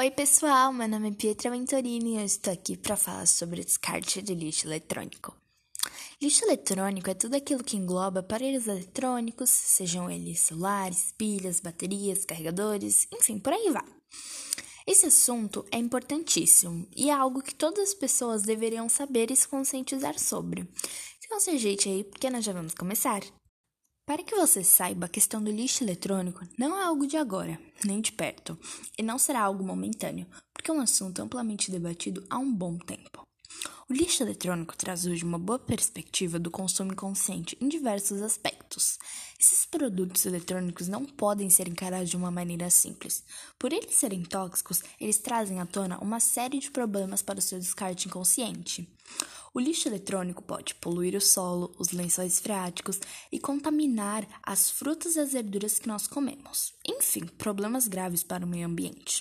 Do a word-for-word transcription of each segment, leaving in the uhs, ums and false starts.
Oi pessoal, meu nome é Pietra Ventorini e eu estou aqui para falar sobre o descarte de lixo eletrônico. Lixo eletrônico é tudo aquilo que engloba aparelhos eletrônicos, sejam eles celulares, pilhas, baterias, carregadores, enfim, por aí vai. Esse assunto é importantíssimo e é algo que todas as pessoas deveriam saber e se conscientizar sobre. Então se ajeite aí porque nós já vamos começar. Para que você saiba, a questão do lixo eletrônico não é algo de agora, nem de perto, e não será algo momentâneo, porque é um assunto amplamente debatido há um bom tempo. O lixo eletrônico traz hoje uma boa perspectiva do consumo consciente em diversos aspectos. Esses produtos eletrônicos não podem ser encarados de uma maneira simples. Por eles serem tóxicos, eles trazem à tona uma série de problemas para o seu descarte inconsciente. O lixo eletrônico pode poluir o solo, os lençóis freáticos e contaminar as frutas e as verduras que nós comemos. Enfim, problemas graves para o meio ambiente.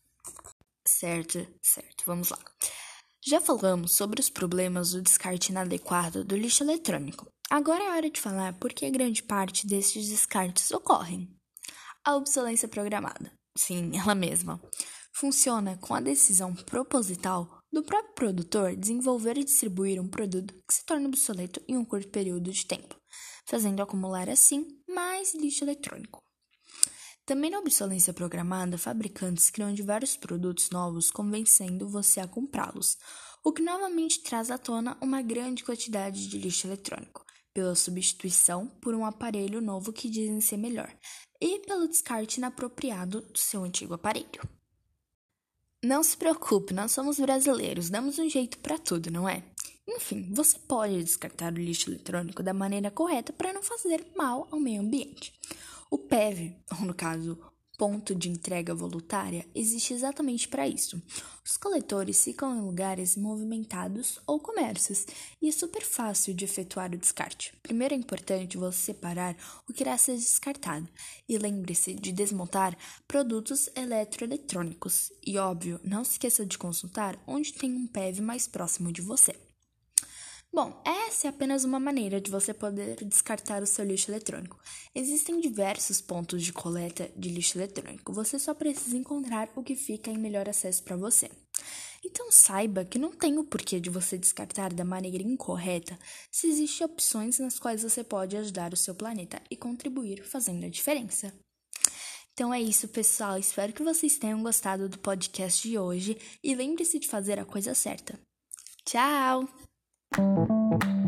Certo, certo, vamos lá. Já falamos sobre os problemas do descarte inadequado do lixo eletrônico. Agora é hora de falar por que grande parte desses descartes ocorrem. A obsolescência programada. Sim, ela mesma. Funciona com a decisão proposital do próprio produtor desenvolver e distribuir um produto que se torna obsoleto em um curto período de tempo, fazendo acumular assim mais lixo eletrônico. Também na obsolescência programada, fabricantes criam diversos produtos novos convencendo você a comprá-los, o que novamente traz à tona uma grande quantidade de lixo eletrônico, pela substituição por um aparelho novo que dizem ser melhor, e pelo descarte inapropriado do seu antigo aparelho. Não se preocupe, nós somos brasileiros, damos um jeito para tudo, não é? Enfim, você pode descartar o lixo eletrônico da maneira correta para não fazer mal ao meio ambiente. O P E V, ou no caso, ponto de entrega voluntária, existe exatamente para isso. Os coletores ficam em lugares movimentados ou comércios e é super fácil de efetuar o descarte. Primeiro é importante você separar o que irá ser descartado e lembre-se de desmontar produtos eletroeletrônicos. E óbvio, não se esqueça de consultar onde tem um P E V mais próximo de você. Bom, essa é apenas uma maneira de você poder descartar o seu lixo eletrônico. Existem diversos pontos de coleta de lixo eletrônico, você só precisa encontrar o que fica em melhor acesso para você. Então saiba que não tem o porquê de você descartar da maneira incorreta se existem opções nas quais você pode ajudar o seu planeta e contribuir fazendo a diferença. Então é isso, pessoal. Espero que vocês tenham gostado do podcast de hoje e lembre-se de fazer a coisa certa. Tchau! Thank you.